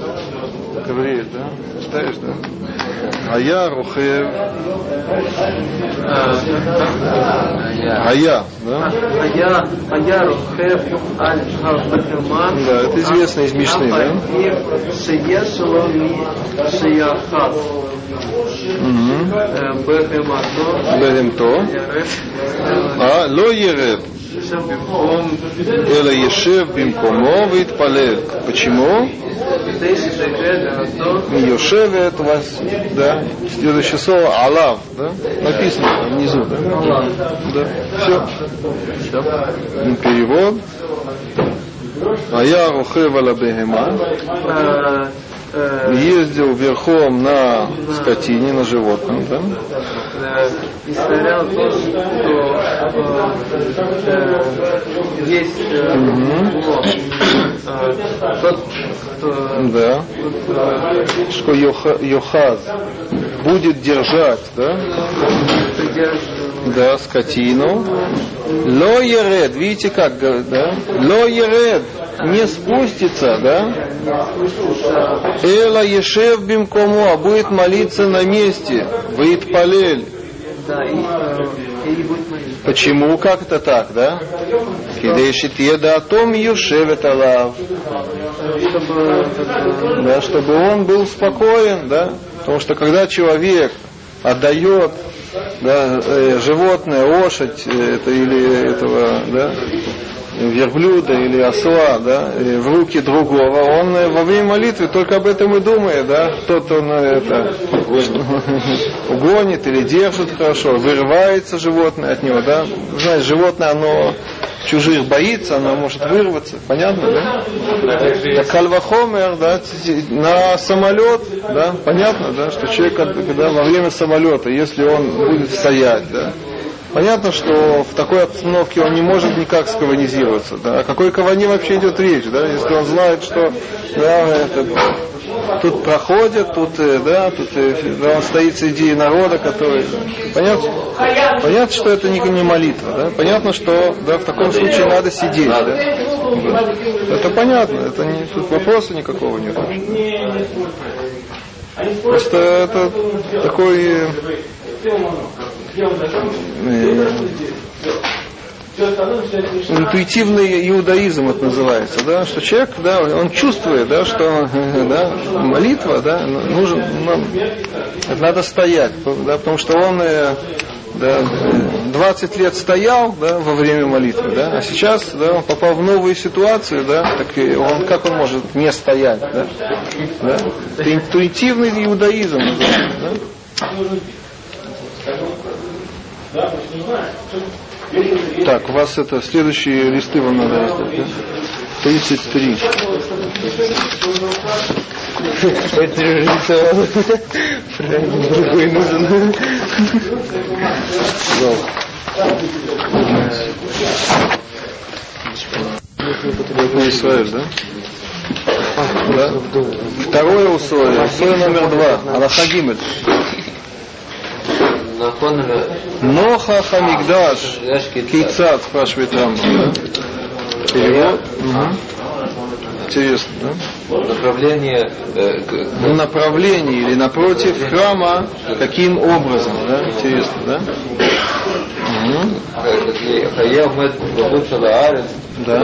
Говорит, да? Читаешь, да? Ая рухев. Ая, да? Ая рухев аль-Хавбахаман. Да, это известно из Мишны, да? Бехемто. А ло еред. Эла ешев бимкомо витпалел. Почему? Йошевет у вас, да, следующее слово алав, да, написано внизу, да, да, все. Перевод. Ая рухев аля бехема. Ездил верхом на скотине, на животном, да? Несмотря на то, что есть тот, да, что Йохаз будет держать, да? Да, скотину. Ло еред, видите как, да? Ло еред, не спустится, да? Эла ешев бимкому, а будет молиться на месте. Ваитпалель. Почему? Как это так, да? Кидешит еда том юшевет алав. Да, чтобы он был спокоен, да? Потому что когда человек отдает, да, животное, лошадь это, или этого, да, верблюда или осла, да, в руки другого, он во время молитвы только об этом и думает, да, кто-то это угонит или держит хорошо, вырывается животное от него, да, знаете, животное, оно чужих боится, оно может вырваться, понятно, да? Так кальвахомер, да, на самолет, да, понятно, да, что человек, когда во время самолета, если он будет стоять, да, понятно, что в такой обстановке он не может никак скованизироваться. Да? О какой каване вообще идет речь, да? Если он знает, что да, тут проходят, тут, да, он стоит среди народа, который... Понятно? Понятно, что это не молитва. Да? Понятно, что да, в таком случае надо сидеть. Да? Это понятно, это не, тут вопроса никакого нет. Просто это такой... интуитивный иудаизм это называется, да, что человек, да, он чувствует, да, что да, молитва, да, нужен, надо стоять, да, потому что он да, 20 лет стоял, да, во время молитвы, да, а сейчас, да, он попал в новую ситуацию, да, так он, как он может не стоять, да, да? Это интуитивный иудаизм называется, да? Так, у вас это следующие листы вам надо раздать, да? 33. Другой нужен. Исраиль, да? Да? Второе условие номер 2. Алаха Гимель. Ноха Хамигдаш Кейцат, спрашивает Рамбам. Перевод. Интересно, да? Направление направлении или напротив храма, каким образом, да? Интересно, да? Да.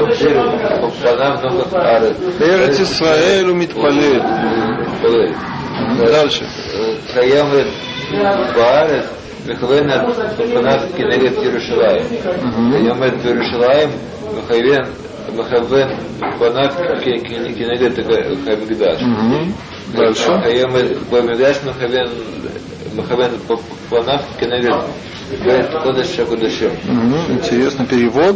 Эрец Исраэлю митпалель. Дальше. מכוון פניו כנגד ירושלים. יעמד בירושלים מכוון פניו כנגד המקדש. יעמד במקדש מכוון פניו כנגד קודש הקודשים. Интересно, перевод.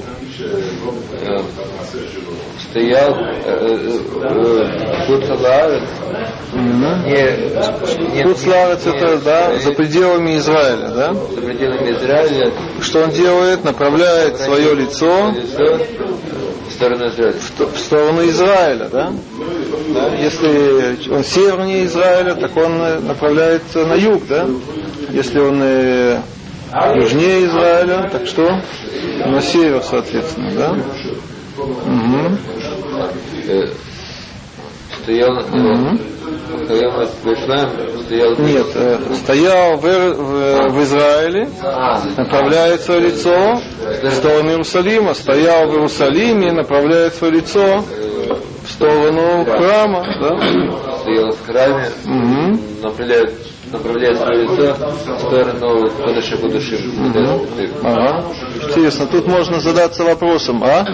Стоял Хуцларец. Хуцларец это, да, за пределами Израиля, да? За пределами Израиля. Что он делает? Направляет свое лицо в сторону Израиля. В сторону Израиля, да? Если он севернее Израиля, так он направляется на юг, да? Если он южнее Израиля, так что? На север, соответственно, да? стоял стоял... Нет, стоял в Израиле, направляет свое лицо в сторону Иерусалима, стоял в Иерусалиме, направляет свое лицо в сторону храма, да? Стоял в храме, направляет свое лицо в сторону Кодеша Кодешим. Ага. Интересно, тут можно задаться вопросом, а?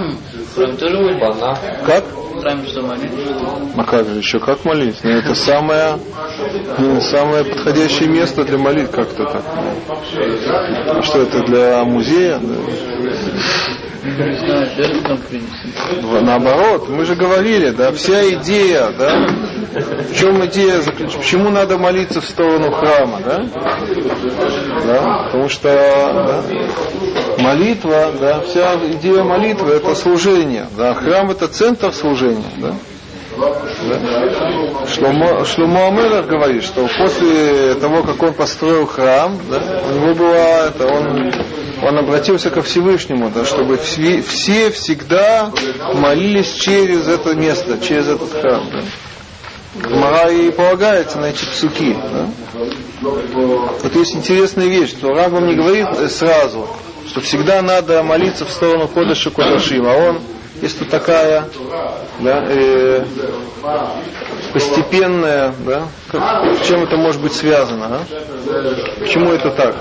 Как? А как же еще, как молиться? Ну, это самое подходящее место для молитвы, как-то так. Что это, для музея? Наоборот, мы же говорили, да, вся идея, да, в чем идея заключается, почему надо молиться в сторону храма, да? Да, потому что да, молитва, да, вся идея молитвы это служение, да, храм это центр служения, да. Да. Шломо ха-Мелех говорит, что после того, как он построил храм, да, у него было это, он обратился ко Всевышнему, да, чтобы все всегда молились через это место, через этот храм. Да. Гмара и полагается на эти псуки. Да. Вот есть интересная вещь, что Рамбам не говорит сразу, что всегда надо молиться в сторону Кодеша Кодашим, а он, есть тут такая, да, постепенная, да, с чем это может быть связано, а? Почему это так?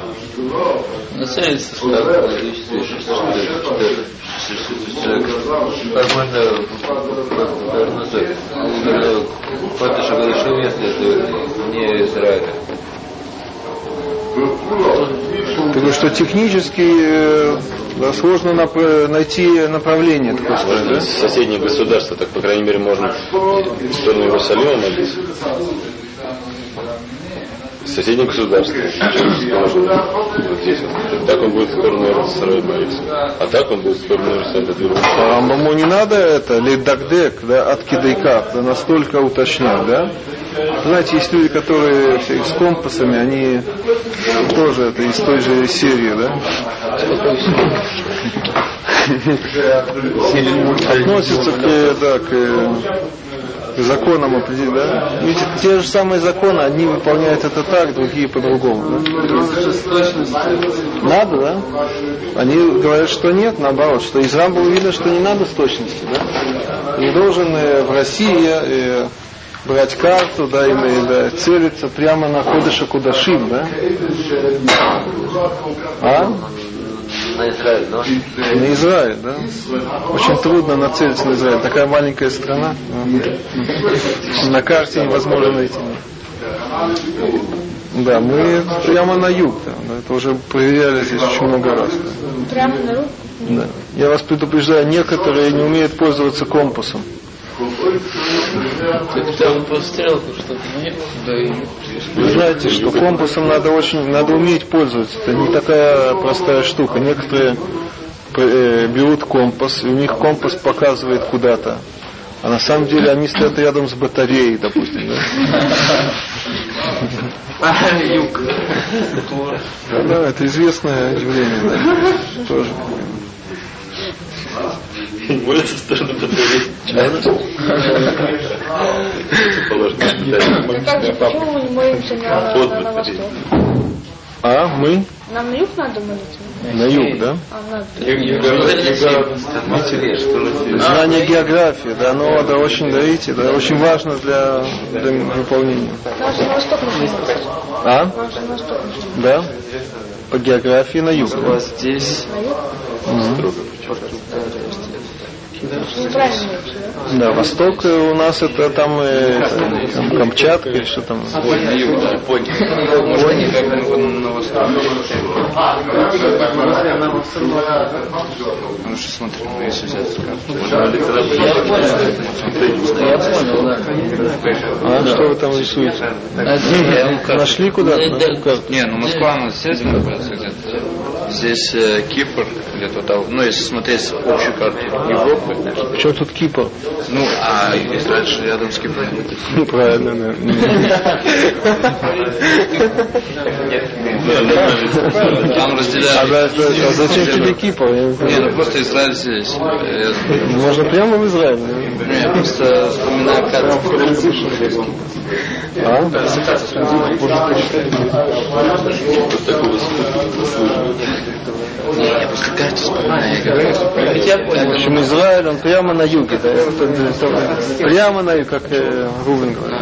Как можно вернуться в Кодеша Кодешим, если это не Израиль? Так что технически да, сложно найти направление такой стороны, да? Соседние государства, так по крайней мере можно в сторону Иерусалима молиться. Соседние государства. Вот здесь вот. Так он будет в сторону Иерусалима молиться. А так он будет в сторону Иерусалима. Рамбаму не надо это, лидагдек, да, от кидайках, да, настолько уточнять, да? Знаете, есть люди, которые с компасами, они тоже это из той же серии, да? Относятся к законам определенным, да? Ведь те же самые законы, одни выполняют это так, другие по-другому, да? Надо, да? Они говорят, что нет, наоборот, что из Рамбама видно, что не надо с точностью, да? Не должен в России брать карту, да, и целиться прямо на Кодеша Кодашим, да? А? На Израиль, но... На Израиль, да? Очень трудно нацелиться на Израиль. Такая маленькая страна. На карте невозможно найти. Да, мы прямо на юг. Да. Это уже проверяли здесь очень много раз. Да. Прямо на юг? Да. Я вас предупреждаю, некоторые не умеют пользоваться компасом. Вы знаете, что компасом надо уметь пользоваться. Это не такая простая штука. Некоторые берут компас, и у них компас показывает куда-то. А на самом деле они стоят рядом с батареей, допустим. Юг. Да, это известное явление. Да. Тоже. Молится в сторону батареи. Почему мы не молимся на восток? А, мы? Нам на юг надо молиться? На юг, да? Знание географии, да, оно да, очень, даете, да, очень важно для выполнения. Нам же на восток нужно молиться. А? Нам же на восток нужно. Да? По географии на юг. У вас здесь Неправильно молиться, да? Да, восток у нас это там Камчатка или что там? на юг, да. Можно не как на восток. Ну что смотри, если взять Я понял, да. А что вы там рисуете? Нашли куда-то? Не, ну Москва, она здесь находится где-то. Здесь Кипр, где-то там. Ну, если смотреть общую карту Европы. Почему тут Кипр? Ну, а Израиль же рядом с Кипром. Правильно, Там разделяют. А зачем тебе Кипр? Не, ну просто Израиль здесь. Можно прямо в Израиль. Я просто вспоминаю карту. Я просто карту вспоминаю. В общем, Израиль, он прямо на юге, да? Прямо на юге, как Рувен говорит.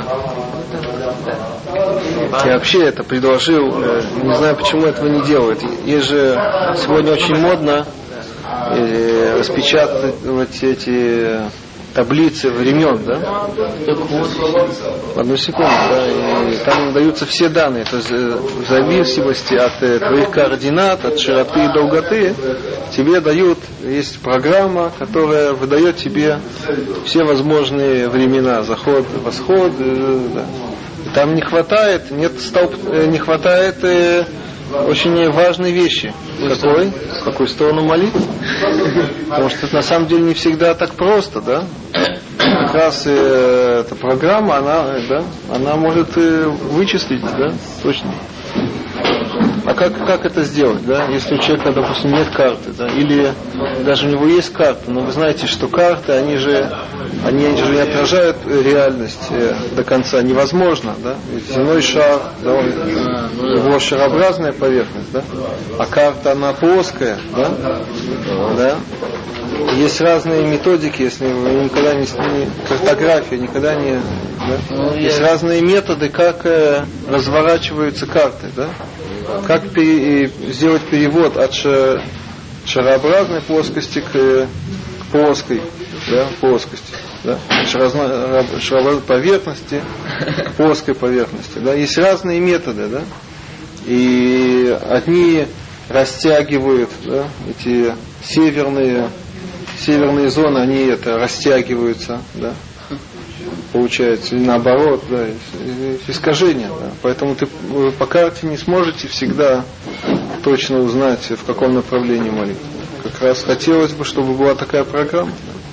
Я вообще это предложил, не знаю, почему этого не делают. Есть же сегодня очень модно распечатывать эти таблицы времен, да? Одну секунду, да, и там даются все данные, то есть в зависимости от твоих координат, от широты и долготы, тебе дают, есть программа, которая выдает тебе все возможные времена, заход, восход, да. И там не хватает, не хватает очень важной вещи. Какой? В какую сторону молиться? Потому что это на самом деле не всегда так просто, да? Как раз эта программа, она может вычислить, да, точно. А как это сделать, да? Если у человека, допустим, нет карты, да, или даже у него есть карта, но вы знаете, что карты, они же не отражают реальность до конца, невозможно, да? Ведь земной шар, да, его шарообразная поверхность, да? А карта, она плоская, да? Да? Есть разные методики, если вы никогда не картография, никогда не, да? Есть разные методы, как разворачиваются карты, да? Как сделать перевод от шарообразной плоскости к плоской, да, плоскости, да? Шарообразной поверхности к плоской поверхности, да? Есть разные методы, да? И одни растягивают, да, эти северные зоны, они это растягиваются, да, получается, или наоборот, да, искажения, да. Поэтому вы по карте не сможете всегда точно узнать, в каком направлении молитва. Как раз хотелось бы, чтобы была такая программа.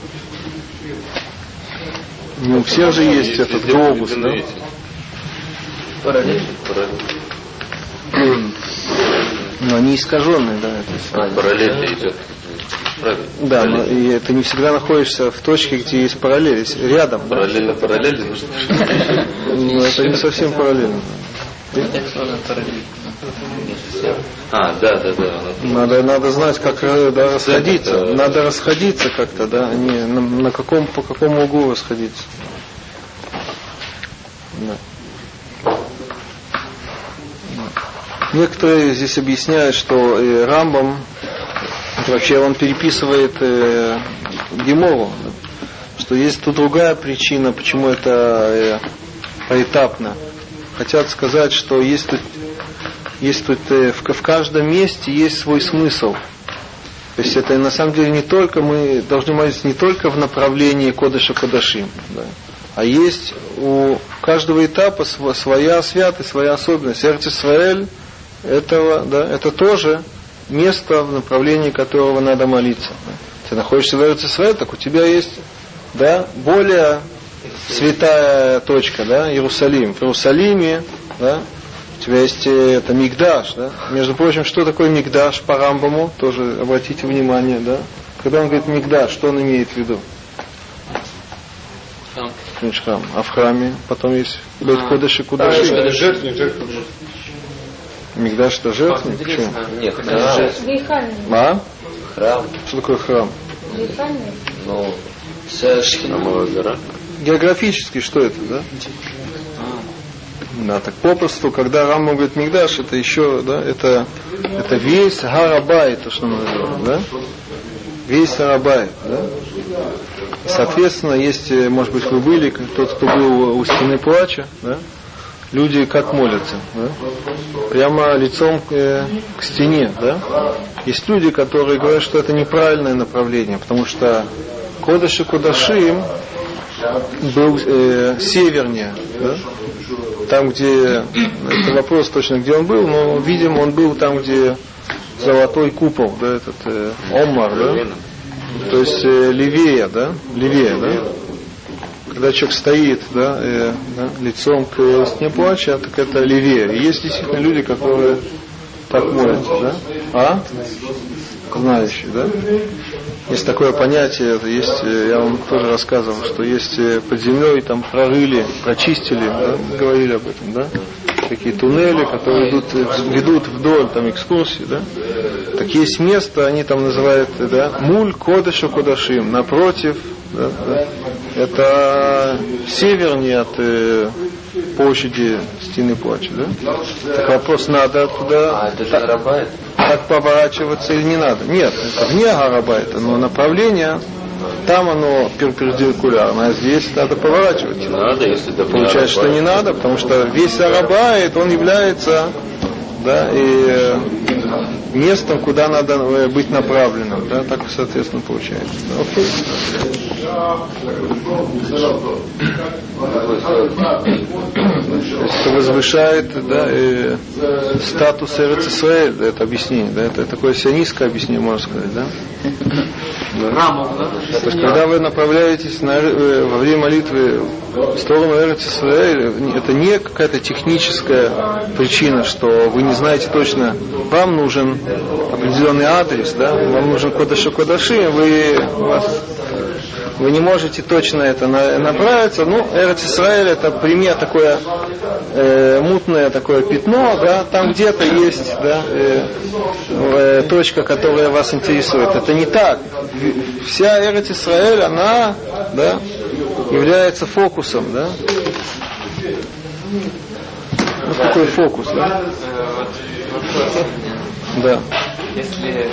Да. Ну, у всех же есть этот глобус, да? Параллель. Но они искаженные, да, это Параллельно идет. Правильно. Да, но и ты не всегда находишься в точке, где есть параллель, есть рядом. Параллельно. Ну, это не совсем параллельно. Да. Надо знать, как расходиться. Надо расходиться как-то, да, а не по какому углу расходиться. Да. Некоторые здесь объясняют, что Рамбам вообще он переписывает Гемору, да, что есть тут другая причина, почему это поэтапно. Хотят сказать, что есть тут в каждом месте есть свой смысл. То есть это на самом деле не только мы должны молиться не только в направлении Кодеша Кодашим, да, а есть у каждого этапа своя святость, своя особенность. Эрец Исраэль это тоже место, в направлении которого надо молиться. Ты находишься в Эрец Исраэль, так у тебя есть, да, более святая точка, да, Иерусалим. В Иерусалиме, да, у тебя есть это Микдаш, да. Между прочим, что такое Микдаш по Рамбаму, тоже обратите внимание, да. Когда он говорит Микдаш, что он имеет в виду? Храм. А в храме потом есть Бейт Кодеш и Кудаши. Микдаш это жертвенник? Почему? Нет, храм. А? Храм. Что такое храм? Ну, Шхинамовая гора. Географически что это, да? Да, так попросту, когда Рамбам говорит Микдаш, это еще, да, это весь Гарабай, то, что мы называем, да? Весь Гарабай, да? И, соответственно, есть, может быть, вы были, тот, кто был у стены плача, да? Люди как молятся, да? Прямо лицом к стене, да? Есть люди, которые говорят, что это неправильное направление, потому что Кодеш и Кодашим был севернее, да? Там, где, это вопрос точно, где он был, но, видимо, он был там, где золотой купол, да, этот Омар, да? То есть левее, да? Левее, да? Когда человек стоит, да, лицом к стене плача, так это левее. И есть действительно люди, которые так молятся, да? А? Знающие, да? Есть такое понятие, есть, я вам тоже рассказывал, что есть под землей там прорыли, прочистили, да, говорили об этом, да, такие туннели, которые ведут вдоль там экскурсии, да. Так есть место, они там называют, да, Муль Кодешу Кодашим, напротив, да, да. Это севернее от площади Стены Плача, да? Так вопрос, надо туда так поворачиваться или не надо? Нет, это вне Гарабайта, но направление там оно перпендикулярно, а здесь надо поворачивать. Не надо, если это получается, что не надо, потому что весь Гарабайт, он является, да, и местом, куда надо быть направленным, да, так, соответственно, получается. Окей. Это возвышает, да, статус Эрец Исраэль, да, это объяснение, да, это такое сионистское объяснение, можно сказать, да. Да. То есть, когда вы направляетесь во время молитвы в сторону Эрец Исраэль, это не какая-то техническая причина, что вы не знаете точно, вам нужен определенный адрес, да, вам нужен Кодаши, вы не можете точно это направиться. Ну, Эрец Исраэль это пример такое мутное такое пятно, да, там где-то есть, да, точка, которая вас интересует. Это не так. Вся Эрец Исраэль, она, да, является фокусом, да. Ну, какой фокус, да? Да. Если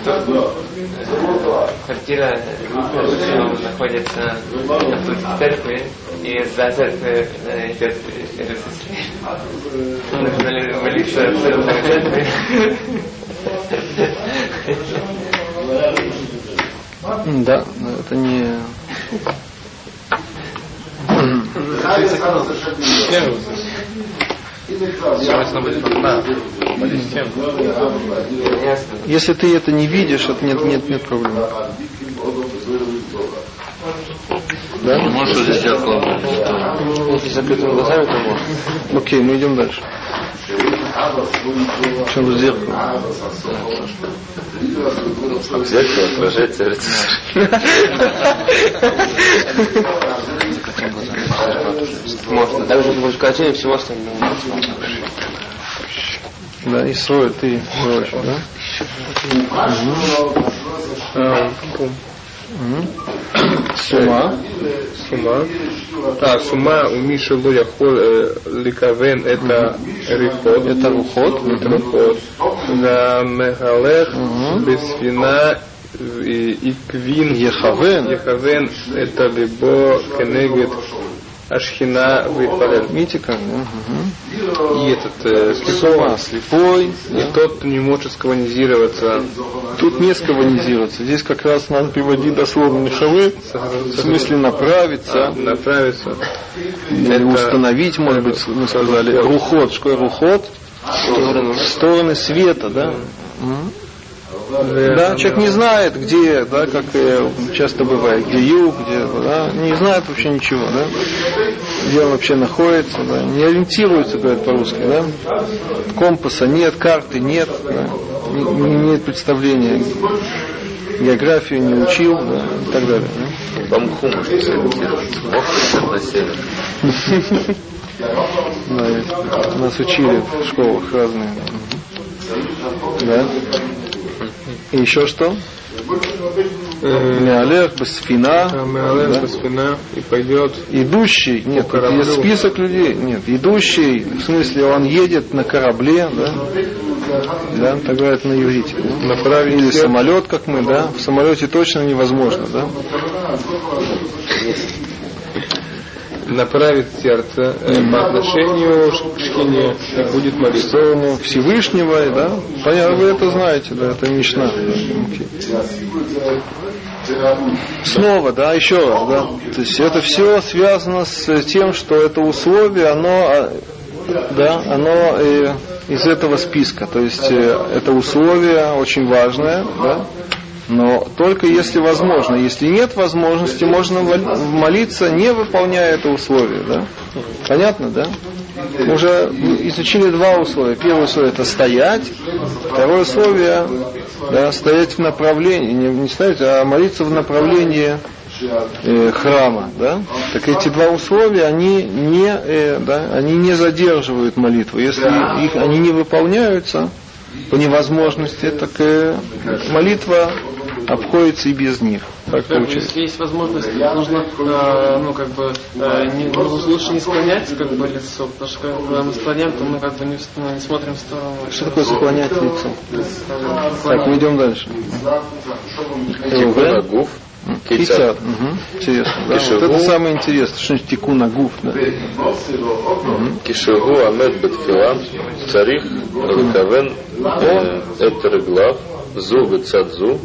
квартира находится напротив церкви, и за церковью идет Эрец Исраэль, нужно ли молиться в церкви? Да, это не... Если ты это не видишь, это нет проблем. Да? Можешь здесь зеркало? Если закрытыми глазами, то можно. Окей, мы идем дальше. В чем же зеркало? Зеркало отражается Эрец Исраэль. Можно. Также можно качать всего остального. Да, Исроэль, ты прочь, да? Сума. Сума у Миши Луяхол Ликавен это рихот. Это рухот. Да, Мехалех Бесвина и Квин. Ехавен это либо Кенегет Ашхина Випалер. Видите как? И этот слепой. И тот, кто не может скованизироваться. Тут не скованизироваться. Здесь как раз надо приводить дословно Михавы, в смысле направиться. Или установить, может быть, мы сказали. Рухот. Что рухот? Стороны света, да? Да, человек не знает, где, да, как часто бывает, где юг, где, да, не знает вообще ничего, да, где он вообще находится, да, не ориентируется, говорят по-русски, да, компаса нет, карты нет, да, не имеет представления, географию не учил, да, и так далее. Да. По мху можно сориентироваться. Бог на север. Да, нас учили в школах разные. Да. И еще что? Меалех, Басфина. Меалех, Басфина. И пойдет. Идущий. Нет, это есть список людей. Нет, идущий, в смысле, он едет на корабле, да? Да, так говорят на иврите. Да? Или самолет, как мы, да? В самолете точно невозможно, да? Направит сердце по отношению к Шхине и будет молиться. В сторону Всевышнего, да? Понятно, вы это знаете, да, это Мишна. Снова, да, еще раз, да. То есть это все связано с тем, что это условие, оно из этого списка. То есть это условие очень важное, да. Но только если возможно. Если нет возможности, можно молиться, не выполняя это условие. Да? Понятно, да? уже изучили два условия. Первое условие — это стоять. Второе условие — да, стоять в направлении, не стоять, а молиться в направлении храма. Да? Так эти два условия, они не задерживают молитву. Если они не выполняются по невозможности, так молитва обходится и без них. Так получается. Если есть возможность, нужно, лучше не склонять лицо, потому что когда мы склоняем, то мы не смотрим в сторону. Что такое склонять лицо? Так, мы идем дальше. Тикун Кицат. Интересно. Да? Вот это самое интересное, что тикун агуф. Да? Кишеву амед бетфила царих лакавен этерглав зу бецадзу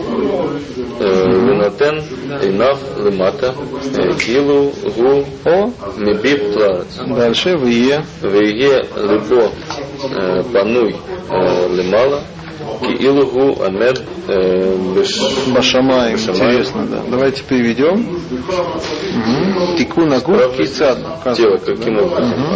винотен инав лемата килу гу мебит плац. Дальше вие либо пануй лемала Киилугу амед Башамаем. Интересно, да. Давайте переведем. Тикун агуф кицат. Тело каким образом?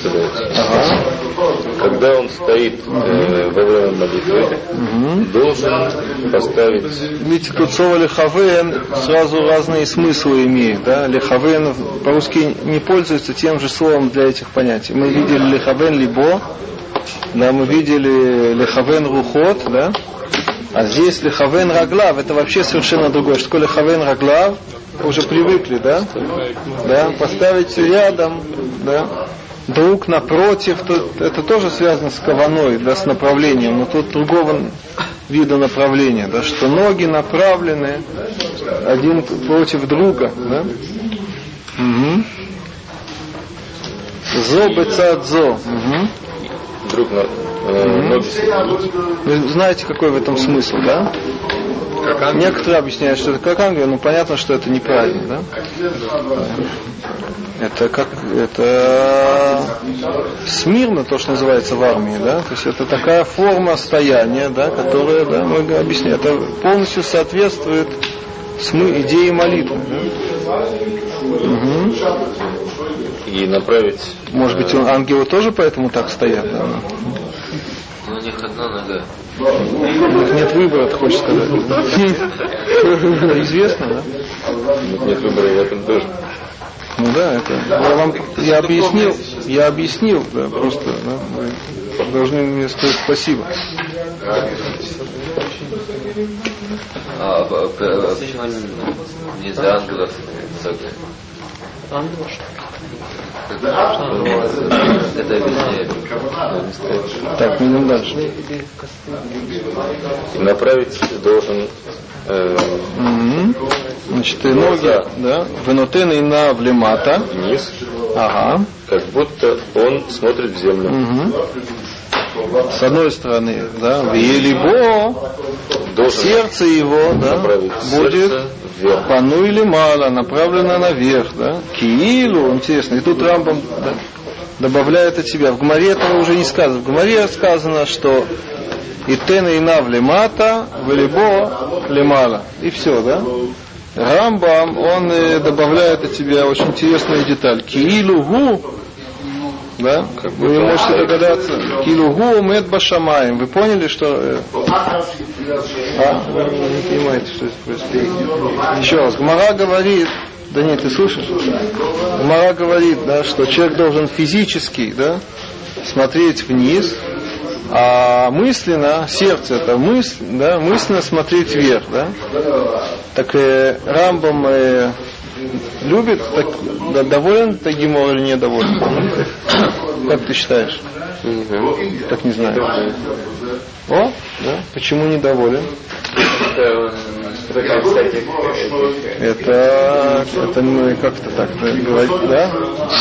Когда он стоит во время молитвы, должен поставить... Видите, тут слово лехавен сразу разные смыслы имеет. Да? Лехавен по-русски не пользуется тем же словом для этих понятий. Мы видели лехавен либо, да, мы видели лехавен рухот, да? А здесь лехавен раглав, это вообще совершенно другое. Что такое лехавен раглав? Уже привыкли, да? Да? Поставить рядом, да? Друг напротив, это тоже связано с каваной, да, с направлением, но тут другого вида направления, да, что ноги направлены один против друга, да? Зо бецад зо. Друг на ноги. Вы знаете, какой в этом смысл, да? Некоторые объясняют, что это как ангел, но понятно, что это неправильно, да? Это смирно, то, что называется в армии, да? То есть это такая форма стояния, да, которая, да, мы объясняем, это полностью соответствует идее молитвы, да? И направить... Может быть, ангелы тоже поэтому так стоят, да? У них одна нога. У них нет выбора, ты хочешь сказать. Известно, да? Нет выбора в этом тоже. Ну да, это я объяснил, да, просто, да, вы должны мне сказать спасибо. А почему нельзя ангелов согнать? Ангелов? Это везде. Так, мы идем дальше. И направить должен... Значит, ноги, да, вынутены на влемата. Вниз. Ага. Как будто он смотрит в землю. С одной стороны, да, велибо, сердце его, да, будет пану или мало, направлено наверх, да, киилу, интересно, и тут Рамбам, да, добавляет от себя. В Гмаре этого уже не сказано. В Гмаре сказано, что и тена и нав лемата, велибо лемала, и все, да. Рамбам, он добавляет от себя очень интересную деталь. Киилу гу, да? Вы можете догадаться. Килугу мед башамаем. Вы поняли, что... Вы не понимаете, что здесь происходит. Еще раз. Гмара говорит... Да нет, ты слышишь? Гмара говорит, да, что человек должен физически, да, смотреть вниз, а мысленно, сердце это мысль, да, мысленно смотреть вверх, да. Так Рамбам любит, так, да, доволен ты Гемор или недоволен? Как ты считаешь? Так не знаю. О, да? Почему недоволен? Это ну, как-то так говорить, да?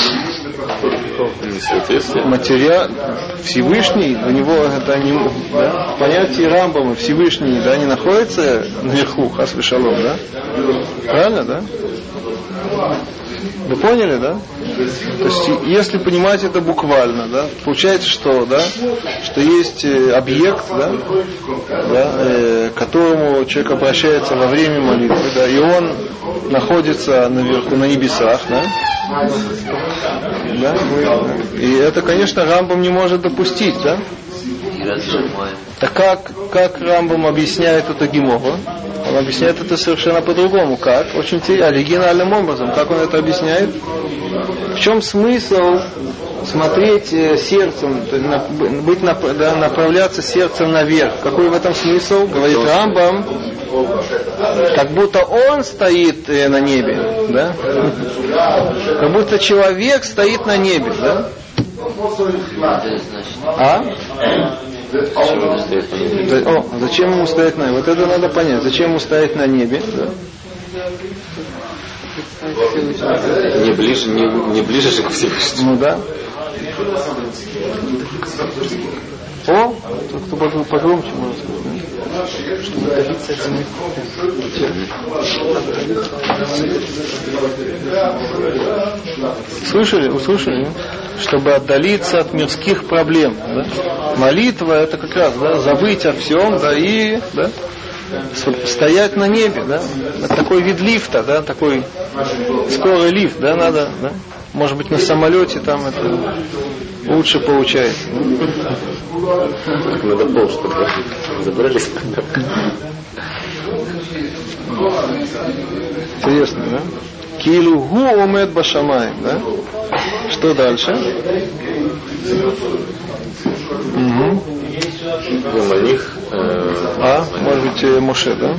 Материал Всевышний, у него это не, да? Понятие Рамбама Всевышний, да, не находится наверху, хас вешалом, да? Правильно, да? Вы поняли, да? То есть, если понимать это буквально, да, получается, что, да, что есть объект, да, к которому человек обращается во время молитвы, да, и он находится наверху, на небесах, да, да, и это, конечно, Рамбам не может допустить, да? Так как Рамбам объясняет это Гемору? Он объясняет это совершенно по-другому. Как? Очень оригинальным образом. Как он это объясняет? В чем смысл смотреть сердцем, направляться сердцем наверх? Какой в этом смысл? Говорит Рамбам, как будто он стоит на небе, да? Как будто человек стоит на небе, да? А? Зачем ему стоять на небе? Вот это надо понять. Зачем ему стоять на небе? Да? Не ближе же к Всевышнему. Ну да. О, кто погромче можно сказать. Чтобы добиться земли. Услышали? Чтобы отдалиться от мирских проблем. Да? Молитва это как раз, да, забыть о всем, да, и да, стоять на небе, да. Это такой вид лифта, да, такой скорый лифт, да, надо, да. Может быть, на самолете там это лучше получается. Надо пол, чтобы забрались. Интересно, да? Килу гу умет башамай, да? Что дальше? Угу. Них, может быть, Моше, да?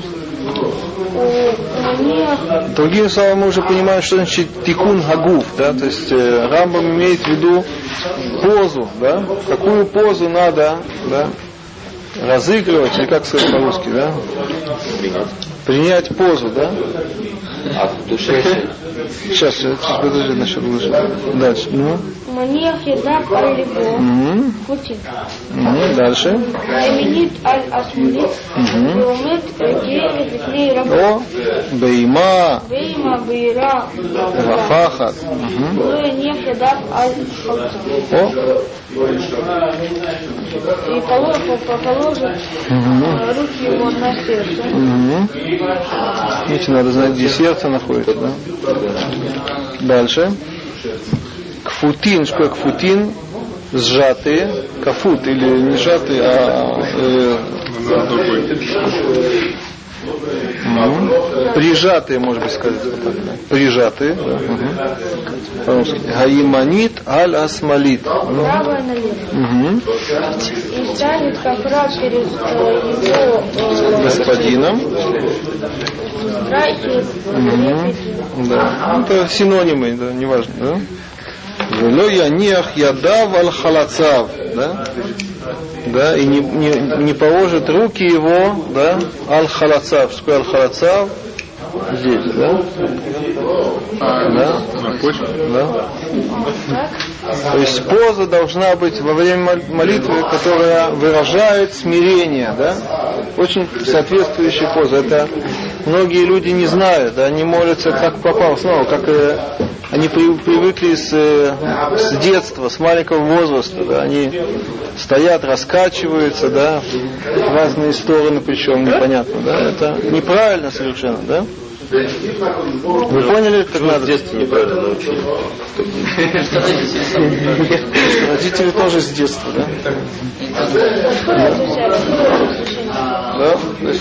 Другими словами, мы уже понимаем, что значит тикун хагуф, да? То есть Рамбам имеет в виду позу, да? Какую позу надо, да, разыгрывать, или как сказать по-русски, да? Принять позу, да? А в душе? Сейчас, подожди, насчет лучше. Дальше. Ну. Маниах едав аль-либо. Путин. Дальше. Эминит аль-асмулит. Биомет гей лифней работ. О, бейма. Бейма бейра. Вафахат. Маниах едав аль-халца. О. И положит руки его на сердце. Видите, надо знать, где сердце находится, да? Дальше. Кфутин, что кфутин? Сжатые. Кафут, или не сжатые, прижатые, может быть, сказать. Прижатые. По-русски. Гаиманит аль-асмалит. Правая налево. И станет как раз через его господином. Да. Это синонимы, да, неважно, да? Вело яниах ядав аль-халацав, да? Да, и не положит руки его, да, аль-халацав. Что аль-халацав? Здесь, да? Да. Да. То есть поза должна быть во время молитвы, которая выражает смирение, да? Очень соответствующая поза. Это многие люди не знают, да? Они молятся как попало, снова, как они привыкли с детства, с маленького возраста, да? Они стоят, раскачиваются, да, в разные стороны, причем непонятно, да? Это неправильно совершенно, да? Вы поняли, как надо? В детстве неправильно научили. Родители тоже с детства, да? Да?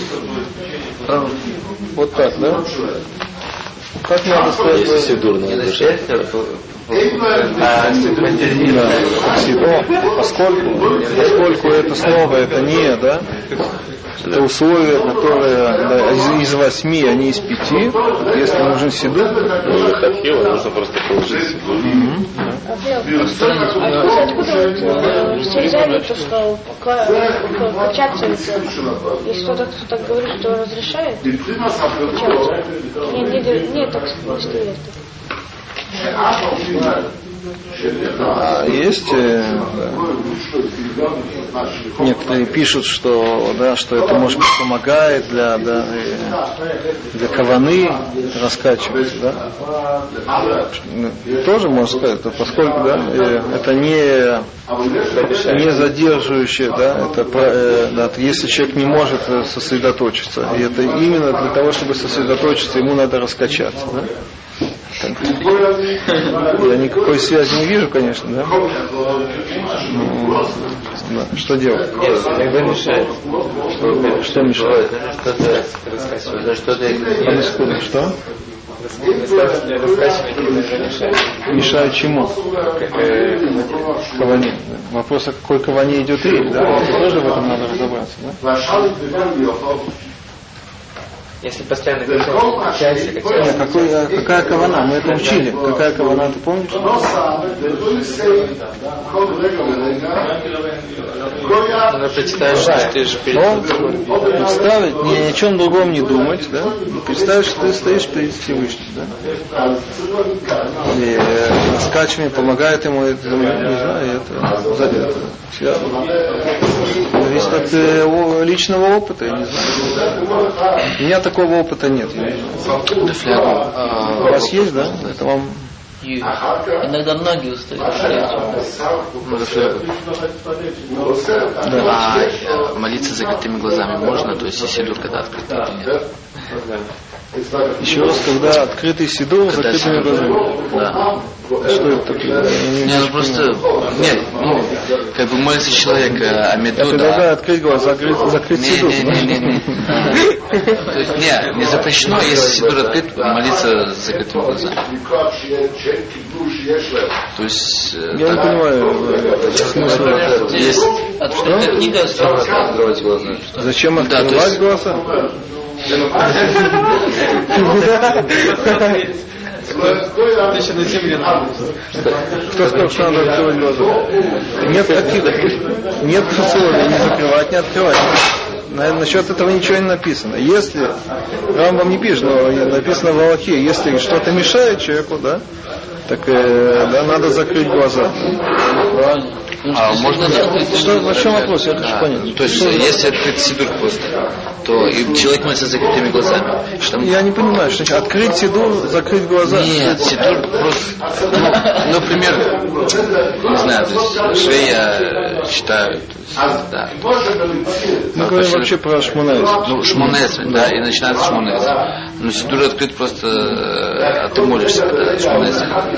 Вот так, да? Как надо стоять? Если все дурно поскольку это снова, это не, да? Это условия, которые из 8, а не из 5. Если нужен сидур, нужно просто положить. Откуда все взяли то, что качаться, если кто-то говорит, что разрешает качаться? Нет, так не стоит. А есть некоторые пишут, что, да, что это, может быть, помогает для каваны раскачивать, да. Тоже можно сказать, поскольку, да, это не задерживающее, да, это, если человек не может сосредоточиться, и это именно для того, чтобы сосредоточиться, ему надо раскачаться, да. Я никакой связи не вижу, конечно, да? Да. Что делать? Когда мешает. Что мешает? Что? Мешает чему? Каване. Вопрос, о какой каване идет речь, да? Тоже в этом надо разобраться, да? Если постоянно качаешься, какая кавана? Мы это учили. Какая кавана, ты помнишь? Надо представить, что ты же представить, ни о чем другом не думать, да? Представить, что ты стоишь перед Всевышним, да? И скачивание помогает ему, это, не знаю, это связано. Зависит от личного опыта, я не знаю. У меня такого опыта нет. У вас есть, да? Это вам... Иногда ноги устают. А молиться закрытыми глазами можно? То есть сидур, когда открытый или нет? Еще раз, когда открытый сидур, закрытыми глазами. Да. Что это такое? Не, ну просто... Нет, ну, как бы молится человек о меду, я предлагаю открыть глаза, закрыть сидур. Не запрещено, если сидур открыт, молиться с закрытыми глазами. То есть... Я не понимаю смысла. Есть... Открытая книга, Открывать глаза. Зачем открывать глаза? еще на земле. Кто сказал, что надо открывать глаза? Нет условий не закрывать, не открывать. Насчет этого ничего не написано. Если, Рамбам не пишет, но написано в Аллахе, если что-то мешает человеку, да, так да, надо закрыть глаза. правильно. А можно что, в чем вопрос? Я хочу понять. То есть, если открыть сидур просто, то и человек молится с закрытыми глазами. Я не понимаю, что значит открыть сидур, закрыть глаза. Нет, сидур просто, например, не знаю, то есть шея считают, да. Мы говорим вообще про Шмонес. Ну, Шмонес, да, и начинается Шмонес. Но сидур открыт просто, ты молишься, когда Шмонес.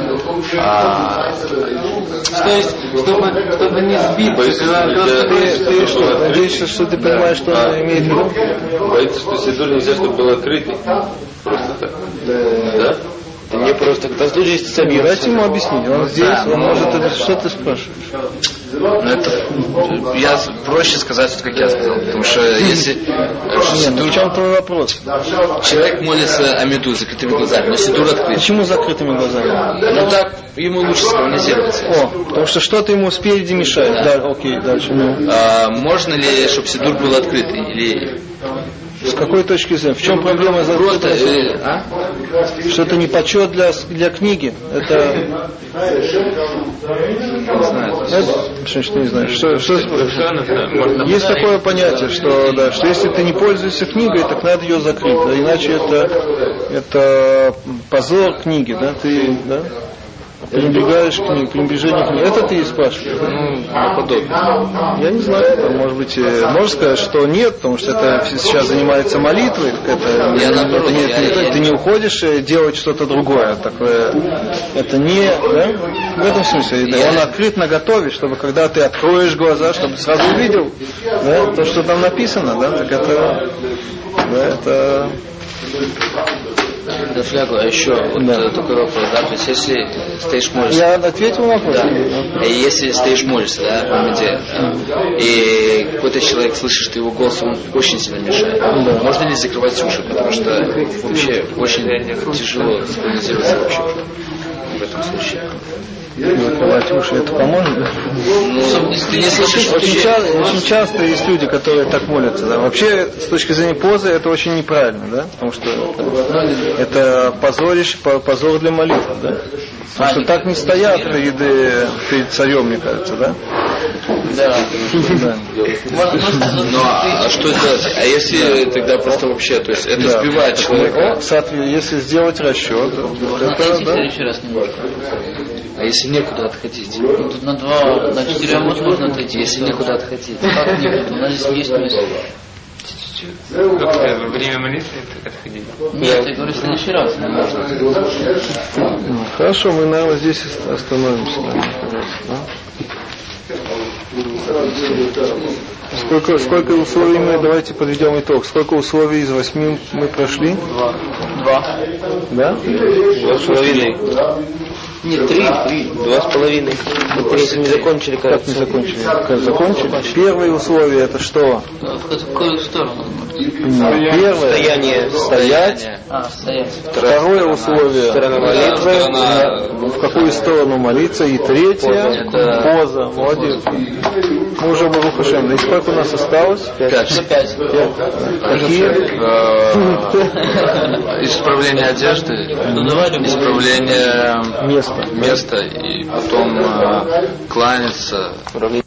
То есть, чтобы не сбиться, Ты что, надеешься, что ты понимаешь, что он имеет в виду? Боится, что сидур нельзя, чтобы был открытый. Просто так. Да? Это не просто так. Даже если ты сам Дайте ему объяснить. Он здесь, он может это... Что ты спрашиваешь? Ну, это я проще сказать, вот как я сказал, потому что если в чем твой вопрос? Человек молится о меду закрытыми глазами, но сидур открыт. Почему закрытыми глазами? Ну так ему лучше синхронизироваться. Потому что что-то ему спереди мешает. Да, окей, дальше. Можно ли, чтобы сидур был открытый? Или... С какой точки зрения? В чем проблема Просто, что это не почет для книги? Это... Не знаю. Что не знаю. Есть такое понятие, что если ты не пользуешься книгой, так надо ее закрыть. Да, иначе это позор книги, да? Ты, да? Пренебрегаешь к книге, пренебрежение к книге. Это ты и спрашиваешь? Подобно. Я не знаю, может быть, можно сказать, что нет, потому что это сейчас занимается молитвой. Ты не уходишь делать что-то другое. Такое, это не, да? В этом смысле. Он открыт наготове, чтобы когда ты откроешь глаза, чтобы сразу увидел, да, то, что там написано, да, так это, да, это... Да, флягу, а еще такой вопрос, да, то есть если стоишь молишься. Я ответил на вопрос. Да. И если стоишь молишься, да, по меде, и какой-то человек слышит, что его голос, он очень сильно мешает. Можно ли закрывать уши, потому что вообще очень тяжело синхронизироваться вообще в этом случае. закрывать уши, это поможет? Если ты не слышишь Очень часто есть люди, которые так молятся. Да? Вообще, с точки зрения позы, это очень неправильно, да? Потому что это позор для молитвы, да? Потому что так не стоят перед царем, мне кажется, да? Да. Ну а что делать? А если тогда просто вообще, то есть это сбивает человека? Если сделать расчет, Отойти в следующий раз не можно. А если некуда отходить? Ну, тут на 4 можно отойти. Если некуда отходить. Как некуда? У нас здесь есть место. Во время молитвы отходить? Нет, я говорю, в следующий раз не можно. Хорошо, мы, наверное, здесь остановимся. Сколько условий мы, давайте подведем итог. Сколько условий из 8 мы прошли? 2. Да? 2,5. Нет, 3. 2,5. Мы просто не закончили, Как не закончили? Как закончили? Первое условие это что? В какую сторону? Первое. Стояние. Стоять. Стоять. Второе условие. Сторона молитвы. В какую сторону молиться. И третье. Поза. Молодец. Мы уже Барух Ашем. И сколько у нас осталось? 5. Какие? Исправление одежды, исправление места и потом кланяться.